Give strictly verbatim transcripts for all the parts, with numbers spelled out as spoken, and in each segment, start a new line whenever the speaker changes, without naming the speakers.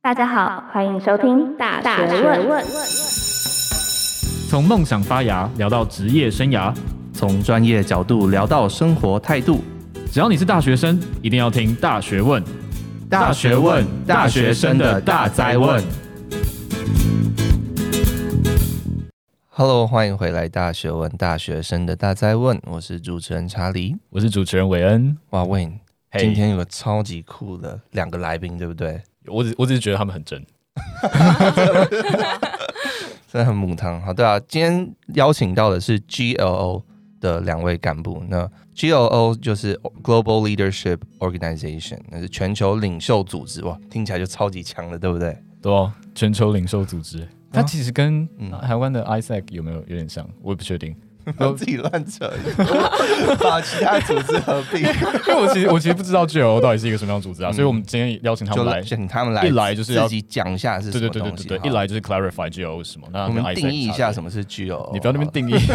大家好，欢迎收听大学问。
从梦想发芽聊到职业生涯，
从专业角度聊到生活态度。
只要你是大学生，一定要听大学问。
大学问，大学生的大哉问。Hello， 欢迎回来，大学问，大学生的大哉问。我是主持人查理，
我是主持人韦恩。
哇，Wayne， 今天有个超级酷的两个来宾，对不对？
我只我只是觉得他们很真，
真的很母汤。好，对啊，今天邀请到的是 G L O 的两位干部。那 G L O 就是 Global Leadership Organization， 那是全球领袖组织。哇，听起来就超级强了，对不对？
对啊，全球领袖组织。它其实跟台湾的 I S A C 有没有有点像？我也不确定。
自己乱扯，把其他组织合并。因
为我其实我其实不知道 G L O 到底是一个什么样的组织啊，嗯、所以我们今天邀请他们来，
请他们来，
一来就是要
自己讲一下是什么东西。
对对对对对，一来就是 clarify G L O 是什么。那
我们定义一下什么是 G L O。
你不要那边定义。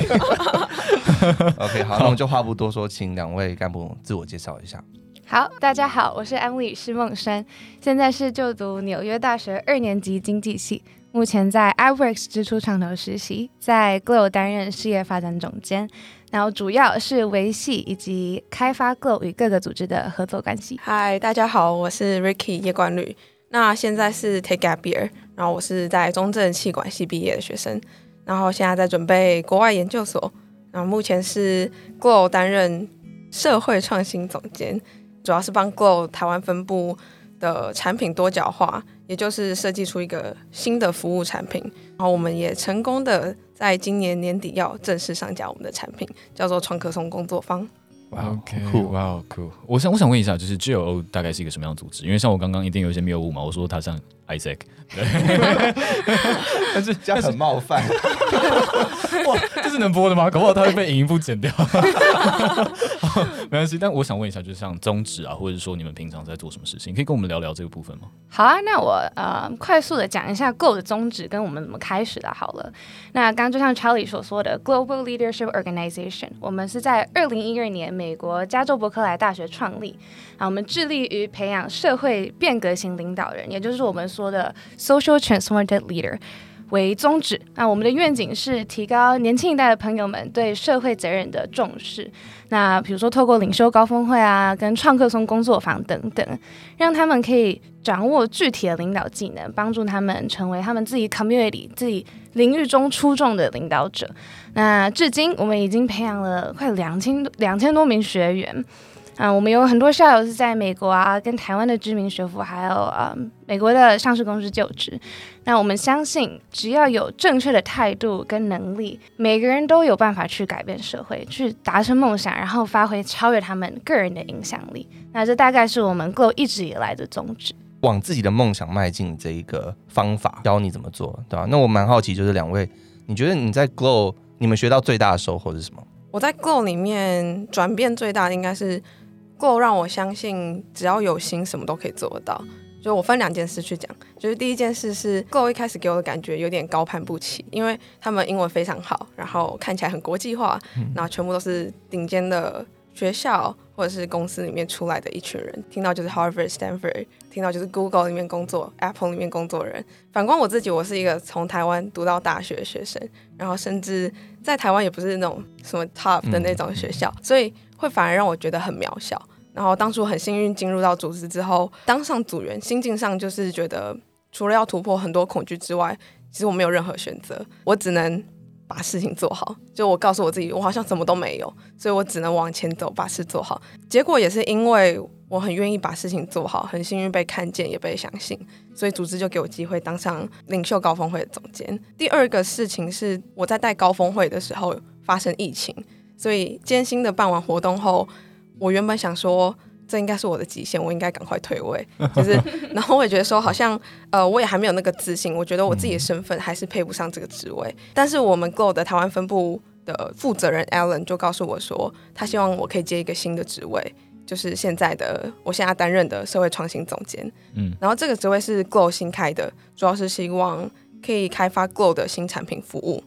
OK， 好，那我们就话不多说，请两位干部自我介绍一下。
好，大家好，我是安利施梦珊，现在是就读纽约大学二年级经济系。目前在 iWorks 支出创投实习，在 Glow 担任事业发展总监，然后主要是维系以及开发 Glow 与各个组织的合作关系。
嗨，大家好，我是 Ricky 叶冠吕，那现在是 Take Gap Year， 然后我是在中正企管系毕业的学生，然后现在在准备国外研究所，然后目前是 Glow 担任社会创新总监，主要是帮 Glow 台湾分部的产品多角化，也就是设计出一个新的服务产品，然后我们也成功的在今年年底要正式上架我们的产品，叫做创客松工作坊。
哇 ，OK， 酷，哇，酷。我想，我想问一下，就是 G L O 大概是一个什么样的组织？因为像我刚刚一定有一些谬误嘛，我说它像 I S A C， 对，
但是这样很冒犯。
哇，这是能播的吗？搞不好它会被影音部剪掉。没关系，但我想问一下，就是像宗旨啊，或者说你们平常在做什么事情，可以跟我们聊聊这个部分吗？
好啊，那我呃快速的讲一下 Glow 的宗旨跟我们怎么开始的好了。那刚刚就像 Charlie 所说的 Global Leadership Organization， 我们是在二零一二年美国加州伯克莱大学创立，啊，我们致力于培养社会变革型领导人，也就是我们说的 Social Transformative Leader。为宗旨，那我们的愿景是提高年轻一代的朋友们对社会责任的重视。那比如说透过领袖高峰会啊，跟创客松工作坊等等，让他们可以掌握具体的领导技能，帮助他们成为他们自己 community 自己领域中出众的领导者。那至今我们已经培养了快两千两千多名学员。啊，我们有很多校友是在美国啊，跟台湾的知名学府，还有啊美国的上市公司就职。那我们相信，只要有正确的态度跟能力，每个人都有办法去改变社会，去达成梦想，然后发挥超越他们个人的影响力。那这大概是我们 Glow 一直以来的宗旨。
往自己的梦想迈进这一个方法，教你怎么做，对吧？那我蛮好奇，就是两位，你觉得你在 Glow 你们学到最大的收获是什么？
我在 Glow 里面转变最大的应该是Glow 让我相信，只要有心，什么都可以做得到。就我分两件事去讲，就是第一件事是 Glow 一开始给我的感觉有点高攀不起，因为他们英文非常好，然后看起来很国际化，嗯、然后全部都是顶尖的学校或者是公司里面出来的一群人，听到就是 Harvard、Stanford， 听到就是 Google 里面工作、Apple 里面工作的人。反观我自己，我是一个从台湾读到大学的学生，然后甚至在台湾也不是那种什么 top 的那种学校，嗯、所以会反而让我觉得很渺小。然后当初很幸运进入到组织之后，当上组员，心境上就是觉得除了要突破很多恐惧之外，其实我没有任何选择，我只能把事情做好。就我告诉我自己，我好像什么都没有，所以我只能往前走，把事做好。结果也是因为我很愿意把事情做好，很幸运被看见也被相信，所以组织就给我机会当上领袖高峰会的总监。第二个事情是我在带高峰会的时候发生疫情，所以艰辛的办完活动后，我原本想说这应该是我的极限，我应该赶快退位，就是然后我也觉得说好像呃我也还没有那个自信，我觉得我自己的身份还是配不上这个职位。但是我们 Glow 的台湾分部的负责人 Alan 就告诉我说，他希望我可以接一个新的职位，就是现在的我现在担任的社会创新总监。嗯，然后这个职位是 Glow 新开的，主要是希望可以开发 Glow 的新产品服务。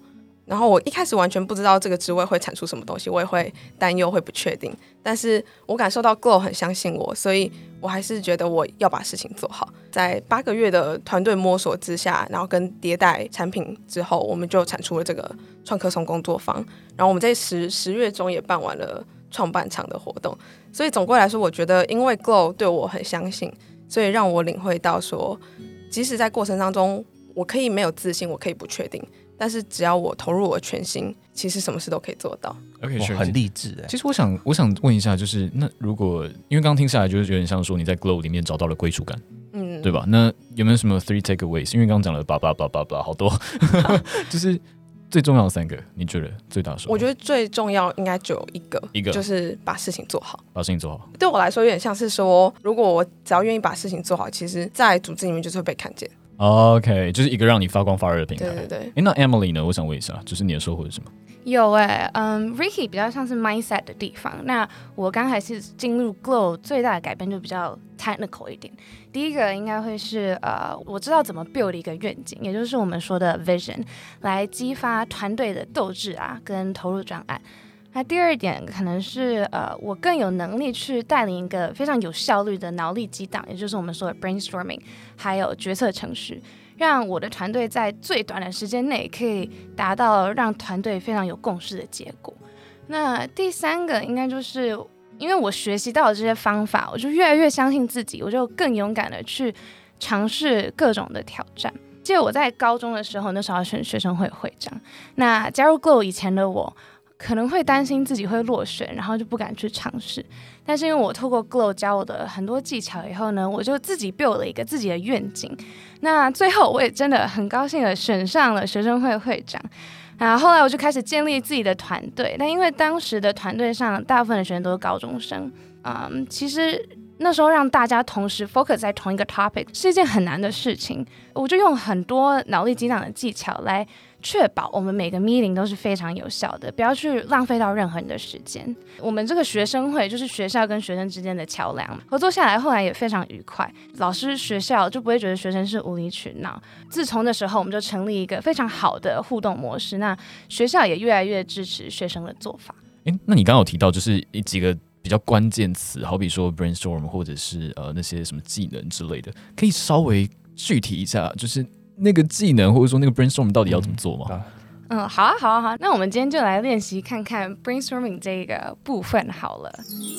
然后我一开始完全不知道这个职位会产出什么东西，我也会担忧，会不确定。但是我感受到 Glow 很相信我，所以我还是觉得我要把事情做好。在八个月的团队摸索之下，然后跟迭代产品之后，我们就产出了这个创客松工作坊。然后我们在十十月中也办完了创办场的活动。所以总归来说，我觉得因为 Glow 对我很相信，所以让我领会到说，即使在过程当中我可以没有自信，我可以不确定，但是只要我投入我全心，其实什么事都可以做到。
OK，
哇很励志哎。
其实我想，我想问一下，就是那如果因为刚刚听下来，就是有点像说你在 Glow 里面找到了归属感，嗯，对吧？那有没有什么 three takeaways？ 因为刚刚讲了叭叭叭叭叭好多，就是最重要的三个，你觉得最大的收获？
我觉得最重要应该只有一个，
一个
就是把事情做好。
把事情做好。
对我来说，有点像是说，如果我只要愿意把事情做好，其实在组织里面就是会被看见。
OK， 就是一个让你发光发热的平台。
对对对。
诶，那 Emily 呢？我想问一下，就是你的收获是什么？
有哎、欸，嗯 ，Ricky 比较像是 mindset 的地方。那我刚开始进入 Glow 最大的改变就比较 technical 一点。第一个应该会是呃，我知道怎么 build 一个愿景，也就是我们说的 vision， 来激发团队的斗志啊，跟投入专案。那第二点可能是呃，我更有能力去带领一个非常有效率的脑力激荡，也就是我们说的 brainstorming， 还有决策程序，让我的团队在最短的时间内可以达到让团队非常有共识的结果。那第三个应该就是因为我学习到的这些方法，我就越来越相信自己，我就更勇敢的去尝试各种的挑战。记得我在高中的时候，那时候要选学生会会长，那加入 Glow 以前的我可能会担心自己会落选，然后就不敢去尝试。但是因为我透过 Glow 教我的很多技巧以后呢，我就自己 build 了一个自己的愿景。那最后我也真的很高兴的选上了学生会会长。然后后来我就开始建立自己的团队。那因为当时的团队上大部分的学生都是高中生，嗯，其实那时候让大家同时 focus 在同一个 topic 是一件很难的事情。我就用很多脑力激荡的技巧来确保我们每个 meeting 都是非常有效的，不要去浪费到任何人的时间。我们这个学生会就是学校跟学生之间的桥梁，合作下来后来也非常愉快，老师学校就不会觉得学生是无理取闹。自从那时候我们就成立一个非常好的互动模式，那学校也越来越支持学生的做法。
诶，那你刚刚有提到就是几个比较关键词，好比说 brainstorm 或者是呃那些什么技能之类的，可以稍微具体一下，就是那个技能或者说那个 brainstorm 到底要怎么做吗？
嗯嗯，好啊，好啊，好啊。那我们今天就来练习看看 brainstorming 这个部分好了。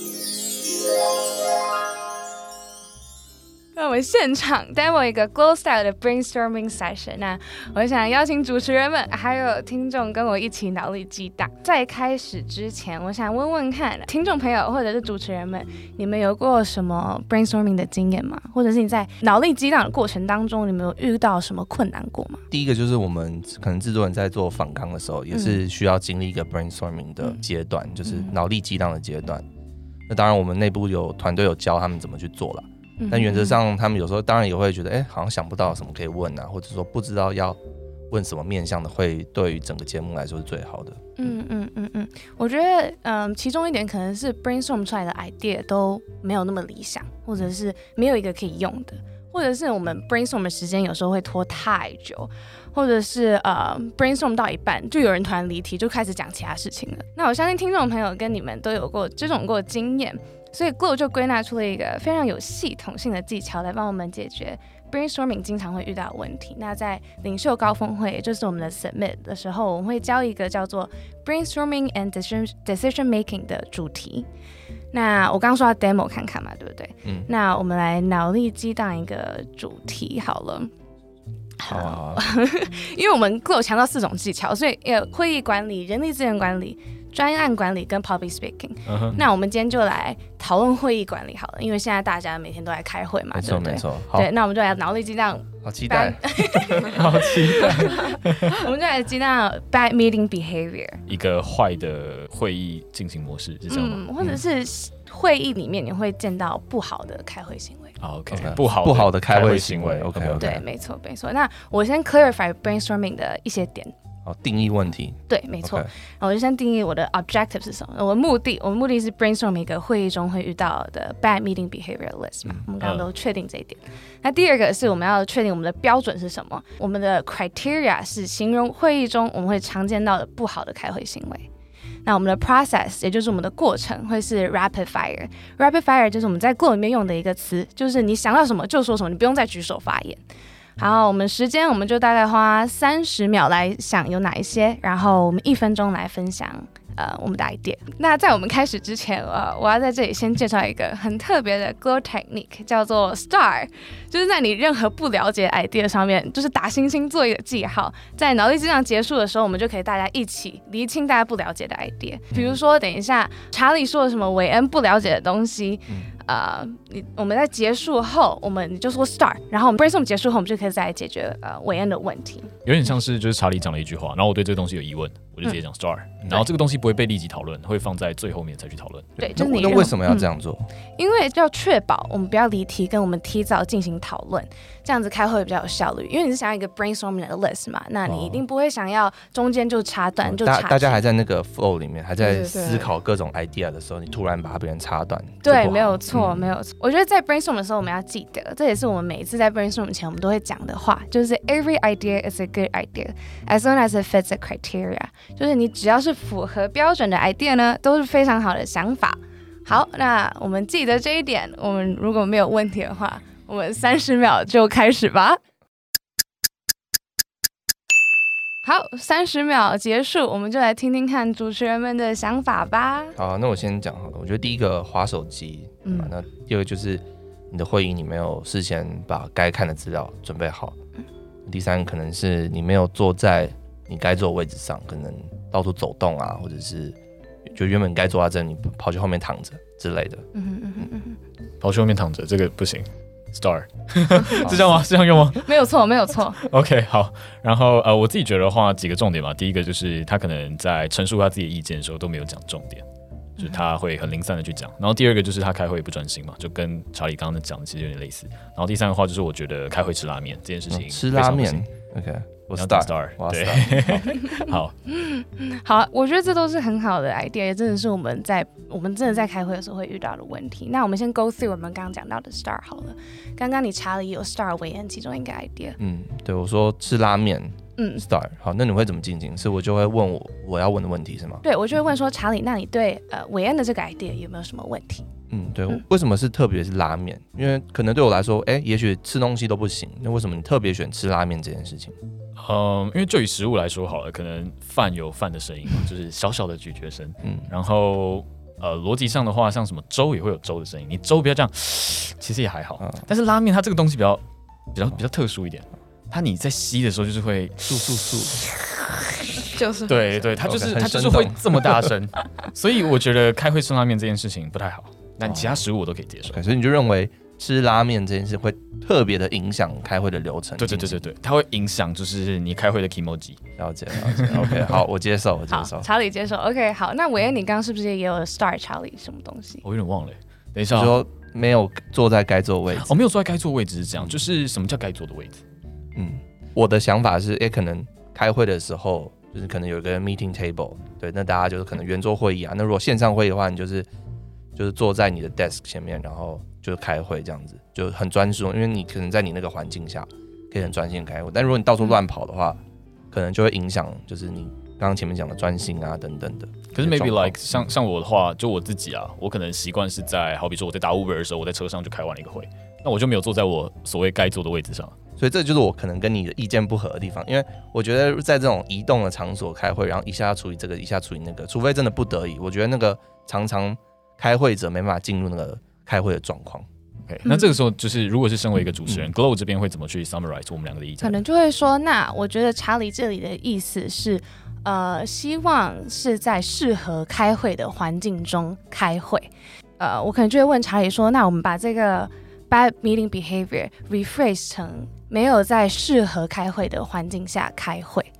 那我们现场 demo 一个 Glow Style 的 brainstorming session。那我想邀请主持人们还有听众跟我一起脑力激荡。在开始之前，我想问问看听众朋友或者是主持人们，你们有过什么 brainstorming 的经验吗？或者是你在脑力激荡的过程当中，你们有遇到什么困难过吗？
第一个就是我们可能制作人在做访纲的时候，也是需要经历一个 brainstorming 的阶段，嗯、就是脑力激荡的阶段。那当然，我们内部有团队有教他们怎么去做了。但原则上，他们有时候当然也会觉得，哎、欸，好像想不到什么可以问啊，或者说不知道要问什么面向的，会对于整个节目来说是最好的。
嗯嗯嗯嗯，我觉得，嗯，其中一点可能是 brainstorm 出来的 idea 都没有那么理想，或者是没有一个可以用的，或者是我们 brainstorm 的时间有时候会拖太久，或者是呃 brainstorm 到一半就有人突然离题，就开始讲其他事情了。那我相信听众朋友跟你们都有过这种过经验。所以 Glow 就归纳出了一个非常有系统性的技巧来帮我们解决 brainstorming 经常会遇到的问题。那在领袖高峰会，也就是我们的 submit 的时候，我们会教一个叫做 brainstorming and decision making 的主题。那我刚刚说要 demo 看看嘛，对不对？嗯。那我们来脑力激荡一个主题好了。
好啊。
因为我们 Glow 强调四种技巧，所以呃，会议管理、人力资源管理、专案管理跟 public speaking、uh-huh. 那我们今天就来讨论会议管理好了，因为现在大家每天都在开会嘛，
没错没错。
对，那我们就来脑力激荡，
好期待，
好期待。
我们就来激荡 bad meeting behavior，
一个坏的会议进行模式是这样吗？
嗯，或者是会议里面你会见到不好的开会行为。
Oh, OK， 不好
不好的开会
行为。
OK，
对，没错没错。那我先 clarify brainstorming 的一些点。
哦，定义问题。
对，没错。
Okay.
然后我就先定义我的 objective 是什么。我的目的，我的目的是 brainstorm 一个会议中会遇到的 bad meeting behavior list 嘛。嗯、我们刚刚都确定这一点。嗯、那第二个是我们要确定我们的标准是什么。我们的 criteria 是形容会议中我们会常见到的不好的开会行为。那我们的 process 也就是我们的过程会是 rapid fire。rapid fire 就是我们在 Glow 里面用的一个词，就是你想到什么就说什么，你不用再举手发言。好，我们时间我们就大概花三十秒来想有哪一些，然后我们一分钟来分享呃我们的 idea。那在我们开始之前，呃，我要在这里先介绍一个很特别的 Glow technique， 叫做 star， 就是在你任何不了解 idea 上面，就是打星星做一个记号，在脑力激荡结束的时候，我们就可以大家一起厘清大家不了解的 idea。比如说，等一下查理说了什么韦恩不了解的东西。呃，你我们在结束后，我们你就说 start， 然后我们 brainstorm 结束后，我们就可以再来解决呃韦恩的问题。
有点像是就是查理讲了一句话，然后我对这个东西有疑问，我就直接讲 start，、嗯、然后这个东西不会被立即讨论，会放在最后面才去讨论。
对，就是你
那为什么要这样做？
嗯、因为要确保我们不要离题，跟我们提早进行讨论，这样子开会会比较有效率。因为你是想要一个 brainstorming 的 list 嘛，那你一定不会想要中间就插断、哦、就插。
大家还在那个 flow 里面，还在思考各种 idea 的时候，你突然把别人插断，
对，没有错，嗯、没有错。我觉得在 brainstorm 的时候，我们要记得，这也是我们每一次在 brainstorm 前我们都会讲的话，就是 every idea is a good idea as long as it fits the criteria， 就是你只要是符合标准的 idea 呢，都是非常好的想法。好，那我们记得这一点，我们如果没有问题的话，我们三十秒就开始吧。好，三十秒结束，我们就来听听看主持人们的想法吧。
好，那我先讲好了。我觉得第一个滑手机，嗯，那第二个就是你的会议你没有事先把该看的资料准备好，嗯、第三个可能是你没有坐在你该坐的位置上，可能到处走动啊，或者是就原本该坐在这，你跑去后面躺着之类的。嗯嗯嗯
嗯，跑去后面躺着这个不行。Star 是这样吗？是这样用吗？
没有错，没有错。
OK， 好。然后呃，我自己觉得的话，几个重点吧。第一个就是他可能在陈述他自己的意见的时候都没有讲重点，就是他会很零散的去讲。然后第二个就是他开会不专心嘛，就跟查理刚刚讲的其实有点类似。然后第三个话就是我觉得开会吃拉面这件事情、嗯，
吃拉面 ，OK。我
star star 对，好，
好，我觉得这都是很好的 idea， 也真的是我们在我们真的在开会的时候会遇到的问题。那我们先 go through 我们刚刚讲到的 star 好了。刚刚你查了有 star 韦恩其中一个 idea，
嗯，对我说吃拉面，嗯 ，star， 好，那你会怎么进行？是我就会问我我要问的问题是吗？
对，我就会问说查理，那你对呃韦恩的这个 idea 有没有什么问题？
嗯，对，嗯、为什么是特别是拉面？因为可能对我来说，哎，也许吃东西都不行，那为什么你特别选吃拉面这件事情？
嗯，因为就以食物来说好了，可能饭有饭的声音嘛，就是小小的咀嚼声。嗯，然后呃，逻辑上的话，像什么粥也会有粥的声音，你粥不要这样，其实也还好。嗯、但是拉面它这个东西比较比较比较特殊一点，它你在吸的时候就是会
簌簌簌，
就是
对对，它就是它就是会这么大声，所以我觉得开会吃拉面这件事情不太好。但其他食物我都可以接受，
所以你就认为吃拉面这件事会特别的影响开会的流程？
对对对对对，它会影响就是你开会的 kimoji。
了解了解 ，OK， 好，我接受，我接受。
查理接受 ，OK， 好。那韦恩，你刚刚是不是也有 star 查理什么东西？
我有点忘了，等一下、
喔。说没有坐在该坐的位置，
哦，没有坐在该坐的位置是这样，就是什么叫该坐的位置？
嗯，我的想法是，也、欸、可能开会的时候，就是可能有一个 meeting table， 对，那大家就是可能圆桌会议啊。那如果线上会议的话，你就是。就是坐在你的 desk 前面，然后就开会这样子，就很专注，因为你可能在你那个环境下可以很专心开会。但如果你到处乱跑的话，可能就会影响，就是你刚刚前面讲的专心啊等等的。
可是 maybe like 像像我的话，就我自己啊，我可能习惯是在，好比说我在打 Uber 的时候，我在车上就开完了一个会，那我就没有坐在我所谓该坐的位置上。
所以这就是我可能跟你的意见不合的地方，因为我觉得在这种移动的场所开会，然后一下要处理这个，一下处理那个，除非真的不得已，我觉得那个常常。开会者没办法进入那个开会的状况。
Okay, 那这个时候就是，如果是身为一个主持人、嗯、，Glow 这边会怎么去 summarize 我们两个的意见？
可能就会说，那我觉得查理这里的意思是，呃，希望是在适合开会的环境中开会。呃，我可能就会问查理说，那我们把这个 bad meeting behavior rephrase 成没有在适合开会的环境下开会。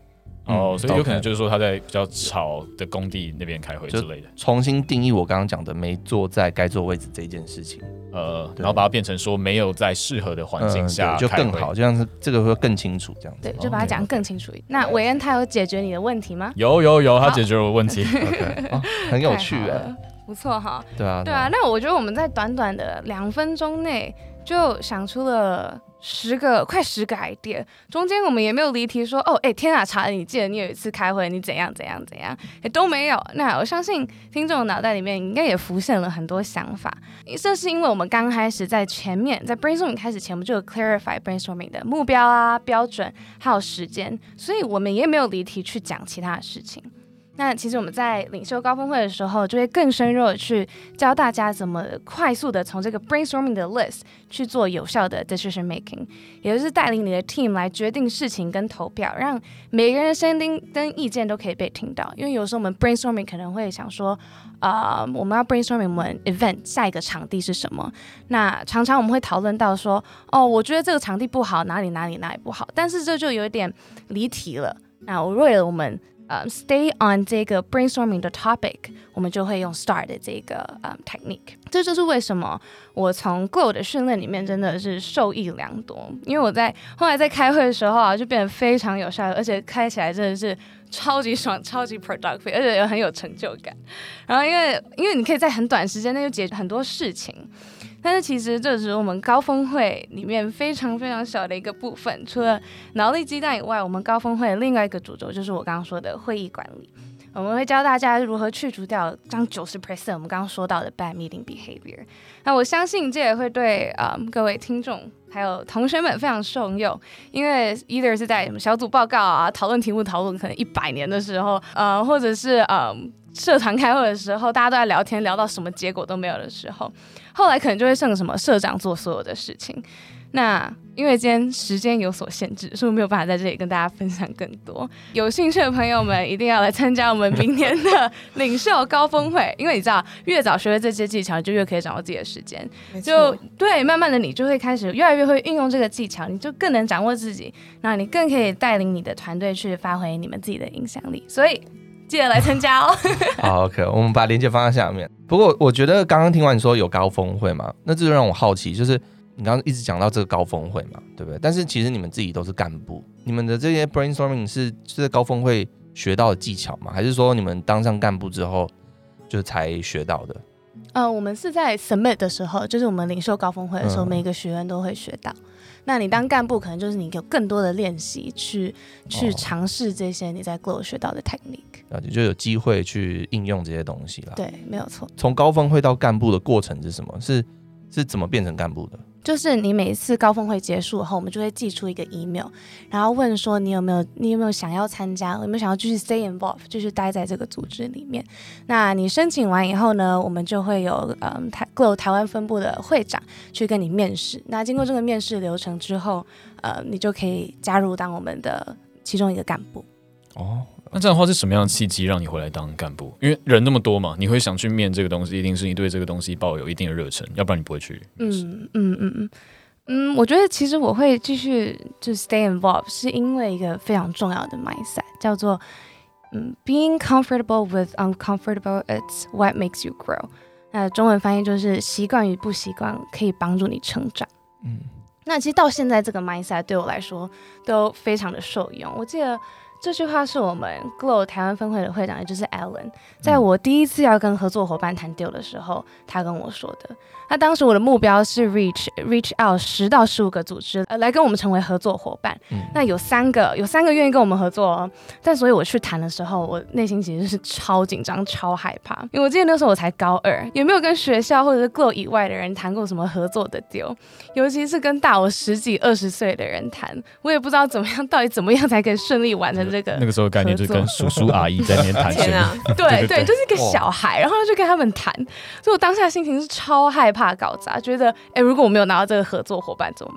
哦，所以有可能就是说他在比较吵的工地那边开会之类的，
重新定义我刚刚讲的没坐在该坐位置这件事情，
呃，然后把它变成说没有在适合的环境下、
嗯、就更好，这样是这个会更清楚，这样子
对，就把它讲更清楚。Okay. 那韦恩他有解决你的问题吗？
有有有，他解决了我问题。
okay. 哦、很有趣哎，
不错哈。
对啊，
对啊。那我觉得我们在短短的两分钟内就想出了十个快十个 idea， 中间我们也没有离题说哦，哎天啊，查理，你记得你有一次开会你怎样怎样怎样，也都没有。那我相信听众的脑袋里面应该也浮现了很多想法，这是因为我们刚开始在前面在 brainstorming 开始前，我们就有 clarify brainstorming 的目标啊、标准还有时间，所以我们也没有离题去讲其他的事情。那其实我们在领袖高峰会的时候，就会更深入的去教大家怎么快速的从这个 brainstorming 的 list 去做有效的 decision making， 也就是带领你的 team 来决定事情跟投票，让每个人的声音跟意见都可以被听到。因为有时候我们 brainstorming 可能会想说，呃，我们要 brainstorming 我们 event 下一个场地是什么，那常常我们会讨论到说，哦，我觉得这个场地不好，哪里哪里哪里不好，但是这就有点离题了。那我为了我们Um, stay on 这个 brainstorming 的 topic， 我们就会用 STAR 的这个、um, technique。这就是为什么我从 Glow 的训练里面真的是受益良多，因为我在后来在开会的时候啊，就变得非常有效，而且开起来真的是超级爽、超级 productive， 而且也很有成就感。然后因为因为你可以在很短时间内就解决很多事情。但是其实这只是我们高峰会里面非常非常小的一个部分，除了脑力激荡以外，我们高峰会的另外一个主轴就是我刚刚说的会议管理。我们会教大家如何去除掉将 百分之九十 我们刚刚说到的 bad meeting behavior。那我相信这也会对、嗯、各位听众还有同学们非常受用，因为 either 是在什么小组报告啊、讨论题目讨论可能一百年的时候，呃，或者是嗯社团开会的时候，大家都在聊天聊到什么结果都没有的时候，后来可能就会剩什么社长做所有的事情。那因为今天时间有所限制，所以我没有办法在这里跟大家分享更多。有兴趣的朋友们一定要来参加我们明年的领袖高峰会，因为你知道，越早学会这些技巧，你就越可以掌握自己的时间。就对，慢慢的你就会开始越来越会运用这个技巧，你就更能掌握自己，那你更可以带领你的团队去发挥你们自己的影响力。所以记得来参加哦。
好 ，OK， 我们把链接放在下面。不过我觉得刚刚听完你说有高峰会嘛，那这就让我好奇，就是你刚刚一直讲到这个高峰会嘛，对不对？但是其实你们自己都是干部，你们的这些 brainstorming 是是在高峰会学到的技巧吗？还是说你们当上干部之后就才学到的？
呃，我们是在 submit 的时候，就是我们领袖高峰会的时候，嗯、每个学员都会学到。那你当干部，可能就是你有更多的练习，去去尝试这些你在 Glow 学到的 technique，
哦、就有机会去应用这些东西了。
对，没有错。
从高峰会到干部的过程是什么？是是怎么变成干部的？
就是你每一次高峰会结束后，我们就会寄出一个 email， 然后问说你有没有你有没有想要参加，有没有想要继续 stay involved， 继续待在这个组织里面。那你申请完以后呢，我们就会有嗯台 Glow 台湾分部的会长去跟你面试。那经过这个面试流程之后，呃，你就可以加入当我们的其中一个干部。
哦。那这样的话是什么样的契机让你回来当干部？因为人那么多嘛，你会想去面这个东西，一定是你对这个东西抱有一定的热忱，要不然你不会去。
嗯嗯嗯嗯嗯，我觉得其实我会继续就 stay involved， 是因为一个非常重要的 mindset， 叫做嗯 being comfortable with uncomfortable, it's what makes you grow。那中文翻译就是习惯与不习惯可以帮助你成长。嗯，那其实到现在这个 mindset 对我来说都非常的受用。我记得这句话是我们 Glow 台湾分会的会长，也就是 Alan， 在我第一次要跟合作伙伴谈 deal 的时候，他跟我说的。那当时我的目标是 reach reach out 十到十五个组织，呃，来跟我们成为合作伙伴。嗯、那有三个有三个愿意跟我们合作哦，但所以我去谈的时候，我内心其实是超紧张、超害怕，因为我记得那时候我才高二，也没有跟学校或者是 Glow 以外的人谈过什么合作的 deal， 尤其是跟大我十几、二十岁的人谈，我也不知道怎么样，到底怎么样才可以顺利完成这个。
那个时候概念就是跟叔叔阿姨在那边谈生意，
啊、对 对, 对，就是一个小孩，然后就跟他们谈，所以我当下心情是超害怕搞砸，觉得哎，如果我没有拿到这个合作伙伴怎么办？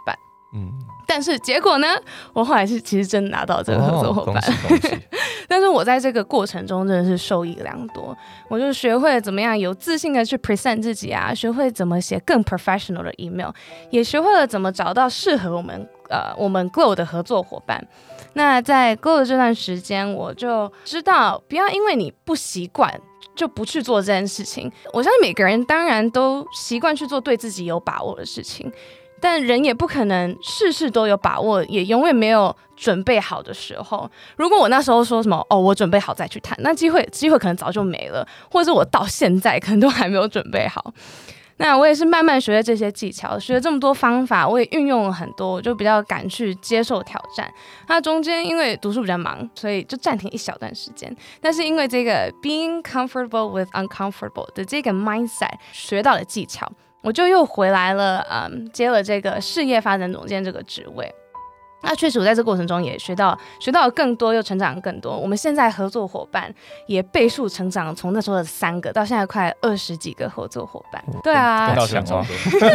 嗯，但是结果呢，我后来是其实真的拿到这个合作伙伴，
哦、恭喜恭喜
但是我在这个过程中真的是受益良多，我就学会了怎么样有自信的去 present 自己啊，学会怎么写更 professional 的 email， 也学会了怎么找到适合我们呃我们 Glow 的合作伙伴。那在 Glow 的这段时间，我就知道不要因为你不习惯就不去做这件事情。我相信每个人当然都习惯去做对自己有把握的事情，但人也不可能事事都有把握，也永远没有准备好的时候。如果我那时候说什么哦，我准备好再去谈，那机会机会可能早就没了，或者是我到现在可能都还没有准备好。那我也是慢慢学了这些技巧，学了这么多方法，我也运用了很多，我就比较敢去接受挑战。那中间因为读书比较忙，所以就暂停一小段时间。但是因为这个 being comfortable with uncomfortable 的这个 mindset 学到的技巧，我就又回来了，嗯，接了这个事业发展总监这个职位。那确实我在这过程中也学到学到了更多，又成长更多。我们现在合作伙伴也倍数成长，从那时候的三个到现在快二十几个合作伙伴。对啊，
大强啊！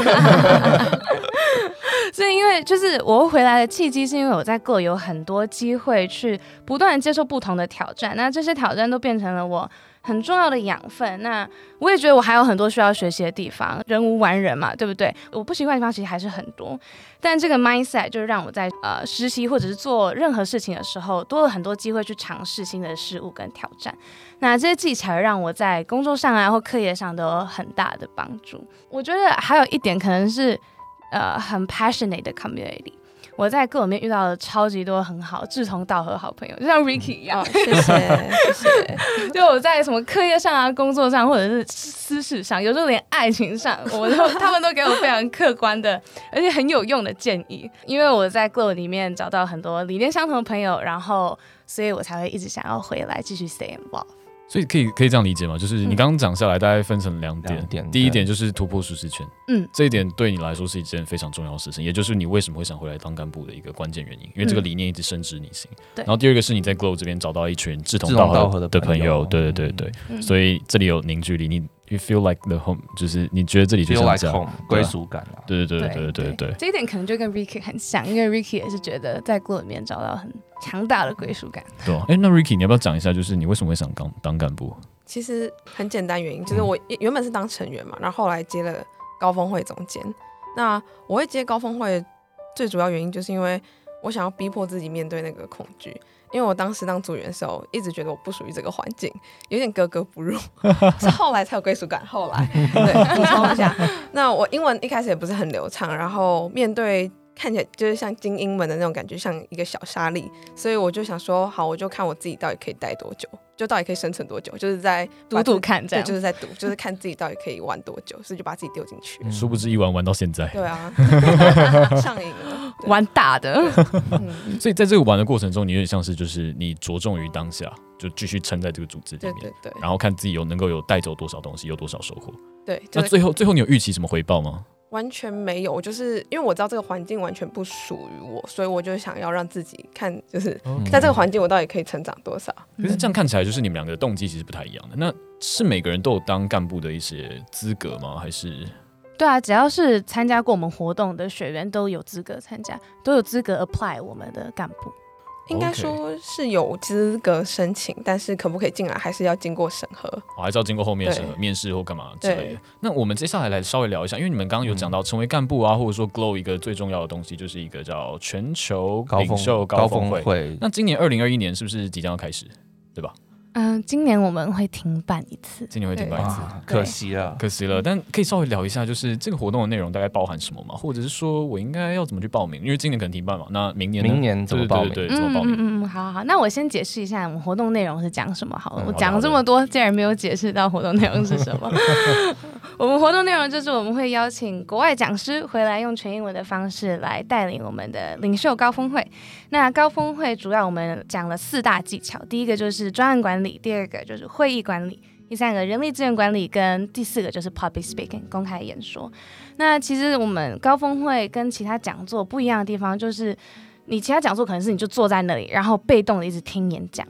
所以因为就是我回来的契机，是因为我在Glow有很多机会去不断的接受不同的挑战，那这些挑战都变成了我很重要的养分。那我也觉得我还有很多需要学习的地方，人无完人嘛，对不对？我不习惯的地方其实还是很多，但这个 mindset 就是让我在呃实习或者是做任何事情的时候，多了很多机会去尝试新的事物跟挑战。那这些技巧让我在工作上啊或课业上都有很大的帮助。我觉得还有一点可能是呃很 passionate 的 community。我在Glow里面遇到了超级多很好志同道合好朋友，就像 Ricky 一样、嗯哦、
谢谢谢谢。
就我在什么课业上啊工作上或者是私事上，有时候连爱情上我都他们都给我非常客观的而且很有用的建议。因为我在Glow里面找到很多理念相同的朋友，然后所以我才会一直想要回来继续 stay involved。
所以可以可以这样理解吗？就是你刚刚讲下来，大概分成两点。嗯、点第一点就是突破舒适圈，嗯，这一点对你来说是一件非常重要的事情，也就是你为什么会想回来当干部的一个关键原因，因为这个理念一直深植你心。嗯、然后第二个是你在Glow这边找到一群志同道合的朋友，对对对对，嗯、所以这里有凝聚力，你 you feel like the home， 就是你觉得这里就像这样
归属感啊。
对对对对对 对, 对，
这一点可能就跟 Ricky 很像，因为 Ricky 也是觉得在Glow里面找到很强大的归属感。
对啊，哎，那 Ricky 你要不要讲一下，就是你为什么会想当当干部？
其实很简单，原因就是我原本是当成员嘛，然后后来接了高峰会总监。那我会接高峰会最主要原因就是因为我想要逼迫自己面对那个恐惧，因为我当时当组员的时候一直觉得我不属于这个环境，有点格格不入，是后来才有归属感。后来对补充一下，那我英文一开始也不是很流畅，然后面对看起来就是像精英们的那种感觉，像一个小沙粒，所以我就想说好，我就看我自己到底可以待多久，就到底可以生存多久，就是在
赌赌看这样，
对，就是在赌，就是看自己到底可以玩多久，所以就把自己丢进去、
嗯、殊不知一玩玩到现在。
对啊上瘾了，
玩大的、
嗯、所以在这个玩的过程中，你有点像是就是你着重于当下，就继续撑在这个组织里面，
对对对，
然后看自己有能够有带走多少东西，有多少收获。
对、就是、
那最后最后你有预期什么回报吗？
完全没有，就是因为我知道这个环境完全不属于我，所以我就想要让自己看，就是在这个环境我到底可以成长多少。
可是这样看起来，就是你们两个的动机其实不太一样的。那是每个人都有当干部的一些资格吗？还是？
对啊，只要是参加过我们活动的学员都有资格参加，都有资格 apply 我们的干部。
应该说是有资格申请，但是可不可以进来还是要经过审核、
哦、还是要经过后面审核面试或干嘛之类的。那我们接下来来稍微聊一下，因为你们刚刚有讲到成为干部啊、嗯、或者说 Glow 一个最重要的东西就是一个叫全球领袖高峰会。
会
那今年二零二一年是不是即将要开始，对吧？
嗯、呃，今年我们会停办一次，
今年会停办一次，
可惜了，
可惜了。但可以稍微聊一下，就是这个活动的内容大概包含什么吗？或者是说我应该要怎么去报名？因为今年可能停办嘛，那明年呢？
明年怎么报名？
对对对，怎么报名？
嗯嗯，好好好，那我先解释一下我们活动内容是讲什么好了。嗯、我讲了这么多，竟然没有解释到活动内容是什么。我们活动内容就是我们会邀请国外讲师回来，用全英文的方式来带领我们的领袖高峰会。那高峰会主要我们讲了四大技巧，第一个就是专案管理，第二个就是会议管理，第三个人力资源管理，跟第四个就是 public speaking 公开演说。那其实我们高峰会跟其他讲座不一样的地方，就是你其他讲座可能是你就坐在那里，然后被动的一直听演讲。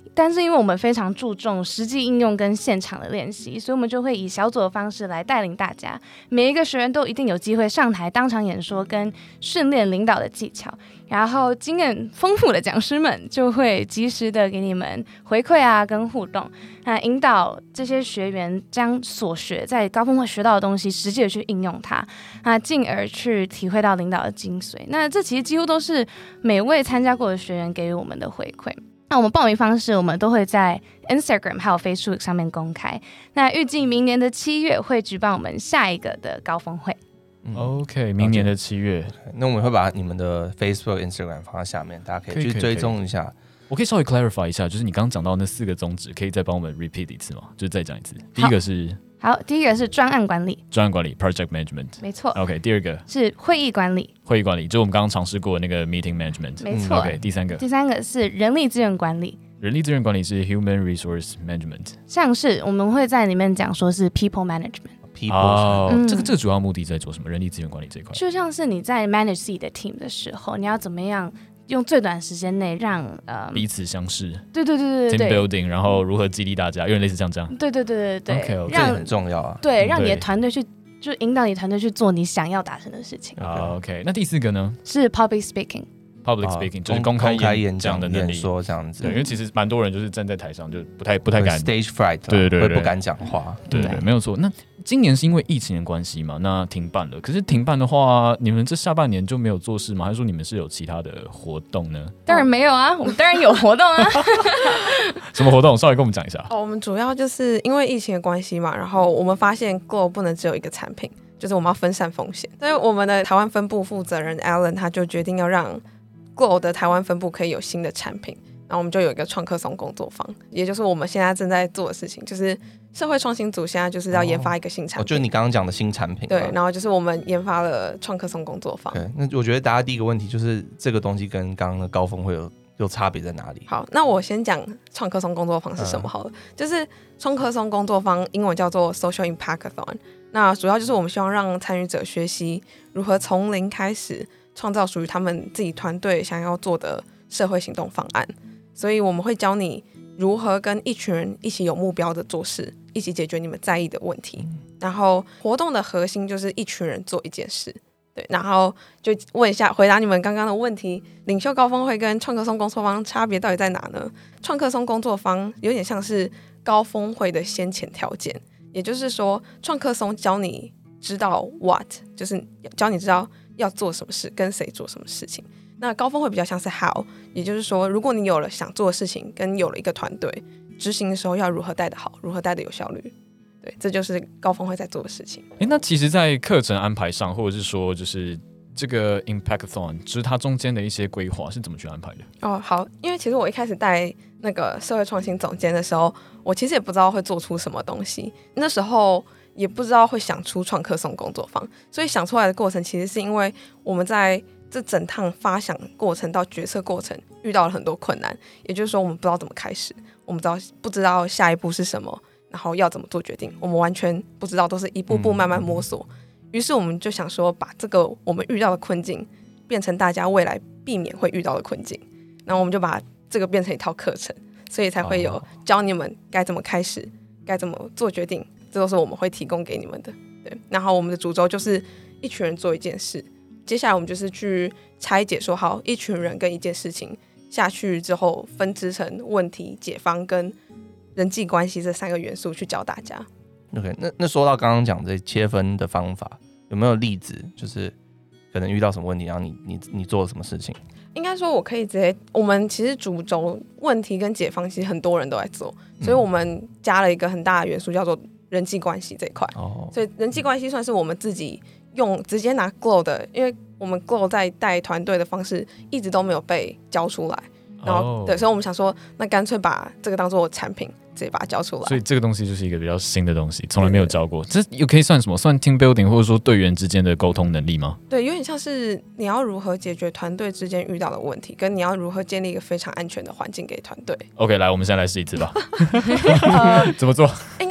但是因为我们非常注重实际应用跟现场的练习，所以我们就会以小组的方式来带领大家，每一个学员都一定有机会上台当场演说跟训练领导的技巧，然后经验丰富的讲师们就会及时的给你们回馈啊跟互动，那引导这些学员将所学在高峰会学到的东西实际的去应用它，那进而去体会到领导的精髓。那这其实几乎都是每位参加过的学员给予我们的回馈。那我们报名方式我们都会在 Instagram 还有 Facebook 上面公开，那预计明年的七月会举办我们下一个的高峰会。
嗯、OK， 明年的七月，
那我们会把你们的 Facebook、Instagram 放在下面，大家可以去追踪一下。
我可以稍微 clarify 一下，就是你刚刚讲到那四个宗旨，可以再帮我们 repeat 一次吗？就是再讲一次。第一个是
好，第一个是专案管理，
专案管理 project management，
没错。
OK， 第二个
是会议管理，
会议管理就是我们刚刚尝试过的那个 meeting management，
没错。
嗯、OK， 第三个，
第三个是人力资源管理，
人力资源管理是 human resource management，
像是我们会在里面讲说是 people management。
哦、嗯，这个这个主要目的在做什么？人力资源管理这一块，
就像是你在 manage 自己的 team 的时候，你要怎么样用最短时间内让、呃、
彼此相识，
对对对对对
team building， 然后如何激励大家，有点类似像这样。
对对对对对，
okay, okay.
这很重要啊。
对，让你的团队去，就引导你团队去做你想要达成的事情。
啊 ，OK， 那第四个呢？
是 public speaking。public
speaking、啊、就是公开演讲的能力，
演说这样子。
对，因为其实蛮多人就是站在台上就不太不太敢
stage fright，
对对 对, 对，
会不敢讲话。
对 对, 对，没有错。那今年是因为疫情的关系嘛，那停办了。可是停办的话，你们这下半年就没有做事吗？还是说你们是有其他的活动呢？
当然没有啊，我们当然有活动啊。
什么活动？稍微跟我们讲一下。
哦，我们主要就是因为疫情的关系嘛，然后我们发现 Glow 不能只有一个产品，就是我们要分散风险。所以我们的台湾分部负责人 Alan 他就决定要让Glow 的台湾分部可以有新的产品，然后我们就有一个创客松工作坊，也就是我们现在正在做的事情，就是社会创新组现在就是要研发一个新产品，
哦哦、就是你刚刚讲的新产品。
对，然后就是我们研发了创客松工作坊。
对，那我觉得大家第一个问题就是这个东西跟刚刚的高峰会有有差别在哪里？
好，那我先讲创客松工作坊是什么好了。嗯、就是创客松工作坊英文叫做 Social Impactathon， 那主要就是我们希望让参与者学习如何从零开始创造属于他们自己团队想要做的社会行动方案，所以我们会教你如何跟一群人一起有目标的做事，一起解决你们在意的问题。然后活动的核心就是一群人做一件事。对，然后就问一下，回答你们刚刚的问题，领袖高峰会跟创客松工作坊差别到底在哪呢？创客松工作坊有点像是高峰会的先前条件，也就是说创客松教你知道 what， 就是教你知道要做什么事，跟谁做什么事情。那高峰会比较像是 how， 也就是说如果你有了想做的事情跟有了一个团队，执行的时候要如何带得好，如何带得有效率。对，这就是高峰会在做的事情。
诶，那其实在课程安排上，或者是说就是这个 Impactathon， 就是它中间的一些规划是怎么去安排的？
哦，好，因为其实我一开始带那个社会创新总监的时候，我其实也不知道会做出什么东西，那时候也不知道会想出创客松工作坊，所以想出来的过程其实是因为我们在这整趟发想过程到决策过程遇到了很多困难，也就是说我们不知道怎么开始，我们不知道不知道下一步是什么，然后要怎么做决定，我们完全不知道，都是一步步慢慢摸索。于、嗯、是我们就想说把这个我们遇到的困境变成大家未来避免会遇到的困境，然后我们就把这个变成一套课程，所以才会有教你们该怎么开始，该怎么做决定，这都是我们会提供给你们的。对，然后我们的主轴就是一群人做一件事，接下来我们就是去拆解说，好，一群人跟一件事情下去之后分支成问题、解方跟人际关系这三个元素去教大家。
OK， 那, 那说到刚刚讲这切分的方法，有没有例子就是可能遇到什么问题，然后 你, 你, 你做了什么事情？
应该说我可以直接，我们其实主轴问题跟解方其实很多人都在做，所以我们加了一个很大的元素叫做人际关系这一块、哦、所以人际关系算是我们自己用直接拿 Glow 的，因为我们 Glow 在带团队的方式一直都没有被教出来，然后、oh. 对，所以我们想说那干脆把这个当做产品直接把它教出来，
所以这个东西就是一个比较新的东西，从来没有教过。这又可以算什么？算 team building 或者说队员之间的沟通能力吗？
对，有点像是你要如何解决团队之间遇到的问题，跟你要如何建立一个非常安全的环境给团队。
OK， 来我们现在来试一次吧。怎么做？
应该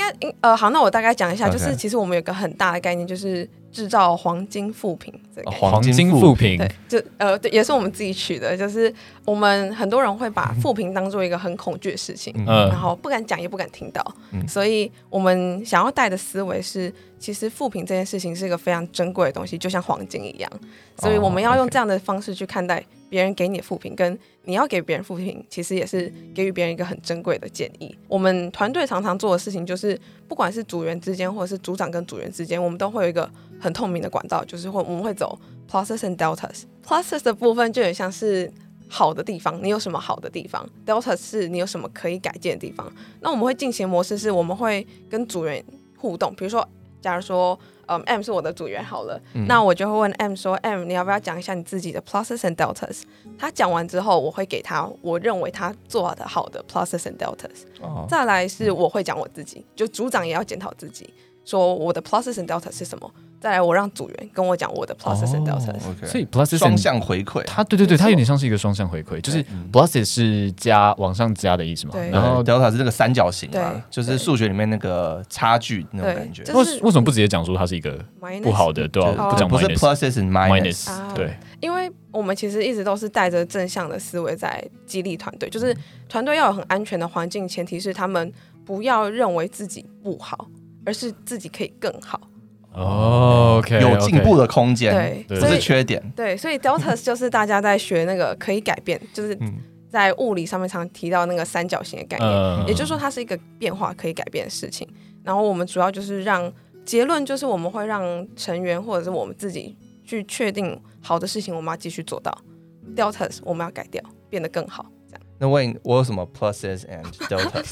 该呃好，那我大概讲一下，
Okay.
就是其实我们有个很大的概念，就是制造黄金副品这个概念、
哦、黄金副品，
对，就呃对，也是我们自己取的，就是我们很多人会把副品当做一个很恐惧的事情，
嗯，
然后不敢讲也不敢听到、
嗯，
所以我们想要带的思维是，其实副品这件事情是一个非常珍贵的东西，就像黄金一样，所以我们要用这样的方式去看待别人给你的副品，跟你要给别人副品，其实也是给予别人一个很珍贵的建议。我们团队常常做的事情就是，不管是组员之间，或者是组长跟组员之间，我们都会有一个很透明的管道，就是会我们会走 pluses and deltas。pluses 的部分就有像是好的地方，你有什么好的地方 ？deltas 是你有什么可以改进的地方。那我们会进行模式是，我们会跟组员互动，比如说，假如说。Um, M 是我的组员好了、嗯，那我就会问 M 说 ，M 你要不要讲一下你自己的 pluses and deltas？ 他讲完之后，我会给他我认为他做的好的 pluses and deltas、哦。再来是我会讲我自己，就组长也要检讨自己，说我的 pluses and deltas 是什么。再来我让组员跟我讲我的 pluses and deltas，、哦
okay.
所以 pluses
双向回馈，
它对对对，它有点像是一个双向回馈，就是 pluses 是加往上加的意思嘛，
然后 delta 是这个三角形嘛，就是数学里面那个差距那种感觉。
为为什么不直接讲说它是一个不好的，对吧、啊？不讲 minus，
不是 pluses and minus，,
minus、啊、对。
因为我们其实一直都是带着正向的思维在激励团队，就是团队要有很安全的环境，前提是他们不要认为自己不好，而是自己可以更好。
哦、oh, ，OK，
有进步的空间，
对，
不是缺点。
对，所以 deltas 就是大家在学那个可以改变，就是在物理上面常提到那个三角形的概念，嗯、也就是说它是一个变化可以改变的事情。然后我们主要就是让结论就是我们会让成员或者是我们自己去确定好的事情，我们要继续做到 deltas 我们要改掉，变得更好。
那问我有什么 pluses and deltas？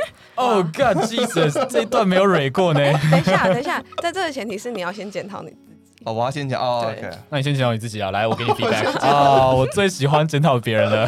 Oh God Jesus， 这一段没有蕊过呢。
等一下，等一下，在这个前提是你要先检讨你自己。
哦，我要先讲哦 ，OK，
那你先检讨你自己啊，来，我给你 feedback 啊、哦，我最喜欢检讨别人了。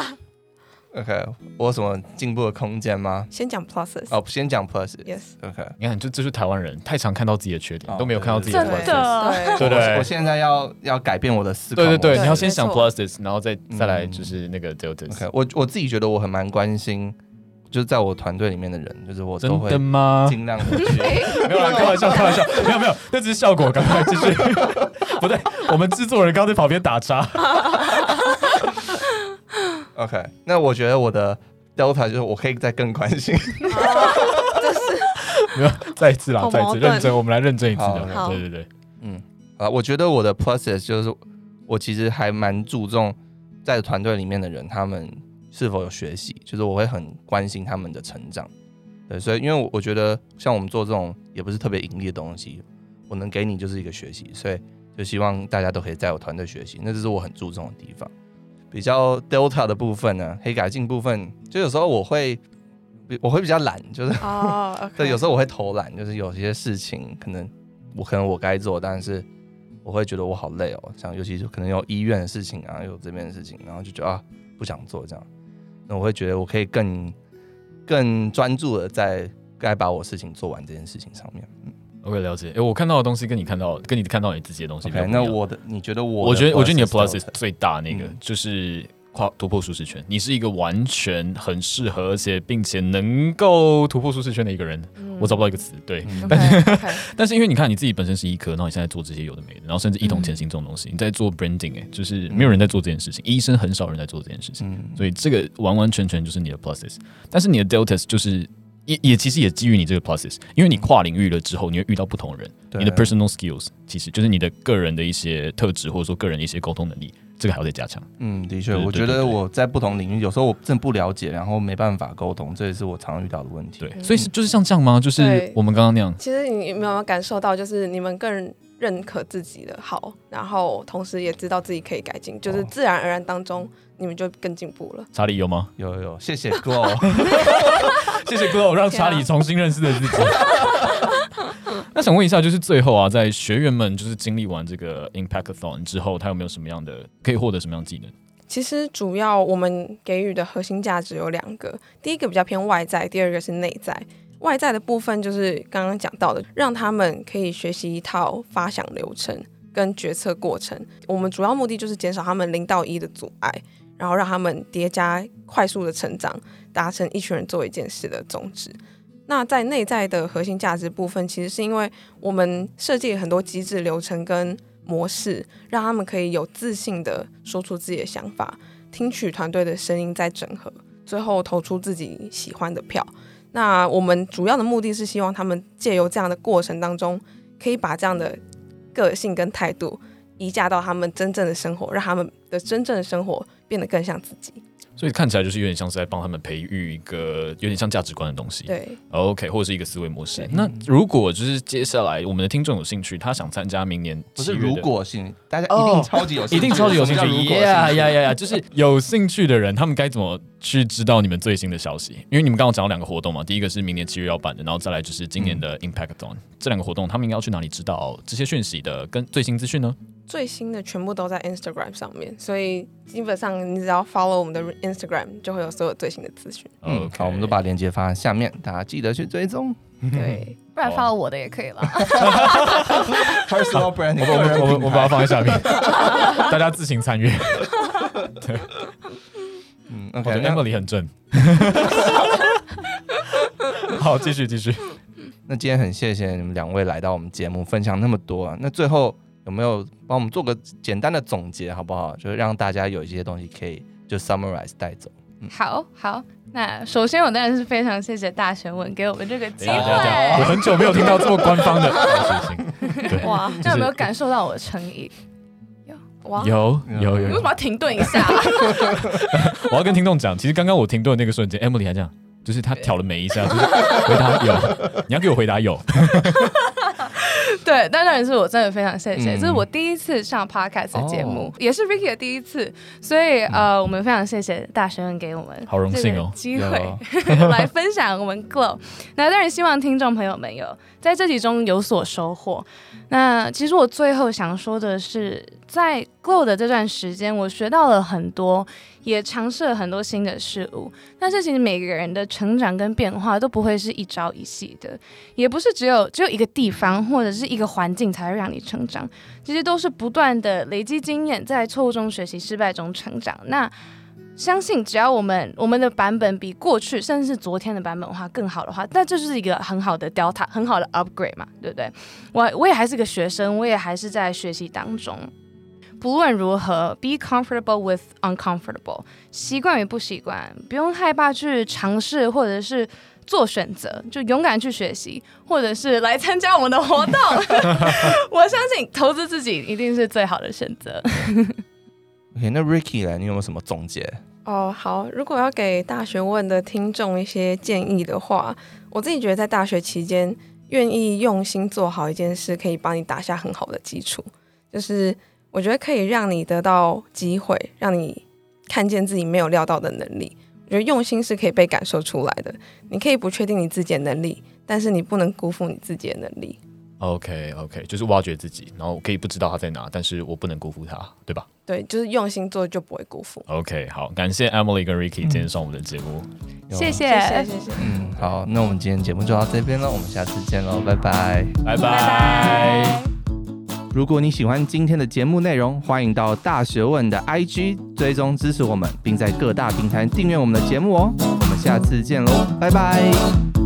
OK， 我有什么进步的空间吗？
先讲 pluses。
哦，先讲 pluses。Yes。OK，
你看，就这是台湾人太常看到自己的缺点，哦、都没有看到自己的 pluses。
对
对对，
我现在要要改变我的思考。
对对对，你要先想 pluses， 然后再再来就是那个 deltas。
OK， 我我自己觉得我很蛮关心。就是在我团队里面的人，就是我都会尽量的去，
没有啦，开玩笑，开玩笑，没有没有，那只是效果。赶快继续，不对，我们制作人刚在旁边打岔。
OK， 那我觉得我的 delta 就是我可以再更关心。
这是
没有，再一次啦，再一次认真，我们来认真一次的。对对对，
嗯，啊，我觉得我的 pluses 就是我其实还蛮注重在团队里面的人，他们是否有学习，就是我会很关心他们的成长。对，所以因为我觉得像我们做这种也不是特别盈利的东西，我能给你就是一个学习，所以就希望大家都可以在我团队学习，那这是我很注重的地方。比较 delta 的部分呢，可以改进部分，就有时候我会我会比较懒，就是哦， okay. 对，有时候我会偷懒，就是有些事情可能我可能我该做，但是我会觉得我好累哦，像尤其是可能有医院的事情啊，有这边的事情，然后就觉得啊不想做这样，那我会觉得我可以更更专注的在该把我事情做完这件事情上面。嗯
OK， 了解。欸，我看到的东西跟你看到跟你看到你自己的东西不一样。
Okay， 那我的你觉得我的
我觉得我觉得你的 plus 最大那个、
嗯、
就是跨突破舒适圈，你是一个完全很适合而且并且能够突破舒适圈的一个人。嗯、我找不到一个词，对，嗯、但是、okay, okay. 但是因为你看你自己本身是医科，然后你现在做这些有的没的，然后甚至一同前行这种东西，嗯、你在做 branding， 哎、欸，就是没有人在做这件事情，医生很少人在做这件事情，嗯、所以这个完完全全就是你的 pluses， 但是你的 deltas 就是。也, 也其实也基于你这个 process， 因为你跨领域了之后，你会遇到不同的人，你的 personal skills 其实就是你的个人的一些特质，或者说个人的一些沟通能力，这个还要再加强。
嗯，的确，我觉得我在不同领域，有时候我真的不了解，然后没办法沟通，这也是我常遇到的问题。
对，所以就是像这样吗？就是我们刚刚那样。
其实你有没有感受到，就是你们更认可自己的好，然后同时也知道自己可以改进，就是自然而然当中。你们就更进步了。
查理有吗？
有有有，谢谢 Glow，
谢谢 Glow， 让查理重新认识了自己。那想问一下，就是最后啊，在学员们就是经历完这个 Impactathon 之后，他有没有什么样的可以获得什么样的技能？
其实主要我们给予的核心价值有两个，第一个比较偏外在，第二个是内在。外在的部分就是刚刚讲到的，让他们可以学习一套发想流程跟决策过程。我们主要目的就是减少他们零到一的阻碍。然后让他们叠加快速的成长，达成一群人做一件事的宗旨。 那在内在的核心价值部分，其实是因为我们设计了很多机制、流程跟模式，让他们可以有自信的说出自己的想法，听取团队的声音，再整合，最后投出自己喜欢的票。那我们主要的目的是希望他们借由这样的过程当中，可以把这样的个性跟态度移嫁到他们真正的生活，让他们的真正的生活变得更像自己。
所以看起来就是有点像是在帮他们培育一个有点像价值观的东西，
对
，OK， 或者是一个思维模式。那如果就是接下来我们的听众有兴趣，他想参加明年
不是如果性，大家一定超级有兴趣，
一定超级有兴趣，呀呀呀呀，就是
是
有兴趣的人，他们该怎么去知道你们最新的消息？因为你们刚刚讲到两个活动嘛，第一个是明年七月要办的，然后再来就是今年的 Impactathon，、嗯、这两个活动，他们应该要去哪里知道这些讯息的跟最新资讯呢？
最新的全部都在 Instagram 上面，所以基本上你只要 follow 我们的 Instagram 就会有所有最新的资讯。
嗯， okay. 好，我们都把链接放在下面，大家记得去追踪。
对，
不然 follow 我的也可以了。
Personal branding，
我我我我把它放在下面，大家自行参阅。对，嗯 ，OK， 我觉得 Emily 很正。好，继续继续。
那今天很谢谢你们两位来到我们节目，分享那么多啊。那最后有没有帮我们做个简单的总结，好不好？就是让大家有一些东西可以就 summarize 带走。嗯、
好好，那首先我当然是非常谢谢大学问给我们这个机会。
我很久没有听到这么官方的事情。对，
哇，那有没有感受到我的诚意？
有有有有。
为什么要停顿一下？
我要跟听众讲，其实刚刚我停顿的那个瞬间 ，Emily 还这样，就是她挑了眉一下，就是回答有，你要给我回答有。
对，但当然是我真的非常谢谢，嗯、这是我第一次上 podcast 的节目，哦、也是 Ricky 的第一次，所以、嗯、呃，我们非常谢谢大学问给我们
好荣幸哦
机会来分享我们 Glow。那当然希望听众朋友们有在这集中有所收获。那其实我最后想说的是，在 Glow 的这段时间，我学到了很多，也尝试了很多新的事物。但是其实每个人的成长跟变化都不会是一朝一夕的，也不是只有只有一个地方或者是一个环境才会让你成长，其实都是不断的累积经验，在错误中学习，失败中成长。那相信只要我们我们的版本比过去甚至是昨天的版本的话更好的话，那这就是一个很好的 delta， 很好的 upgrade 嘛，对不对？我我也还是个学生，我也还是在学习当中。不论如何 ，be comfortable with uncomfortable， 习惯与不习惯，不用害怕去尝试或者是做选择，就勇敢去学习，或者是来参加我们的活动。我相信投资自己一定是最好的选择。
OK， 那 Ricky 呢？你有没有什么总结？
哦，好，如果要给大学问的听众一些建议的话，我自己觉得在大学期间，愿意用心做好一件事，可以帮你打下很好的基础。就是我觉得可以让你得到机会，让你看见自己没有料到的能力。我觉得用心是可以被感受出来的。你可以不确定你自己的能力，但是你不能辜负你自己的能力。
OK OK， 就是挖掘自己，然后可以不知道他在哪，但是我不能辜负他，对吧？
对，就是用心做就不会辜负。
OK， 好，感谢 Emily 跟 Ricky 今天上我们的节目，
嗯、谢谢
谢谢谢谢。
嗯，好，那我们今天节目就到这边了，我们下次见喽，拜拜，
拜拜。
如果你喜欢今天的节目内容，欢迎到大学问的 I G 追踪支持我们，并在各大平台订阅我们的节目哦。我们下次见喽，拜拜。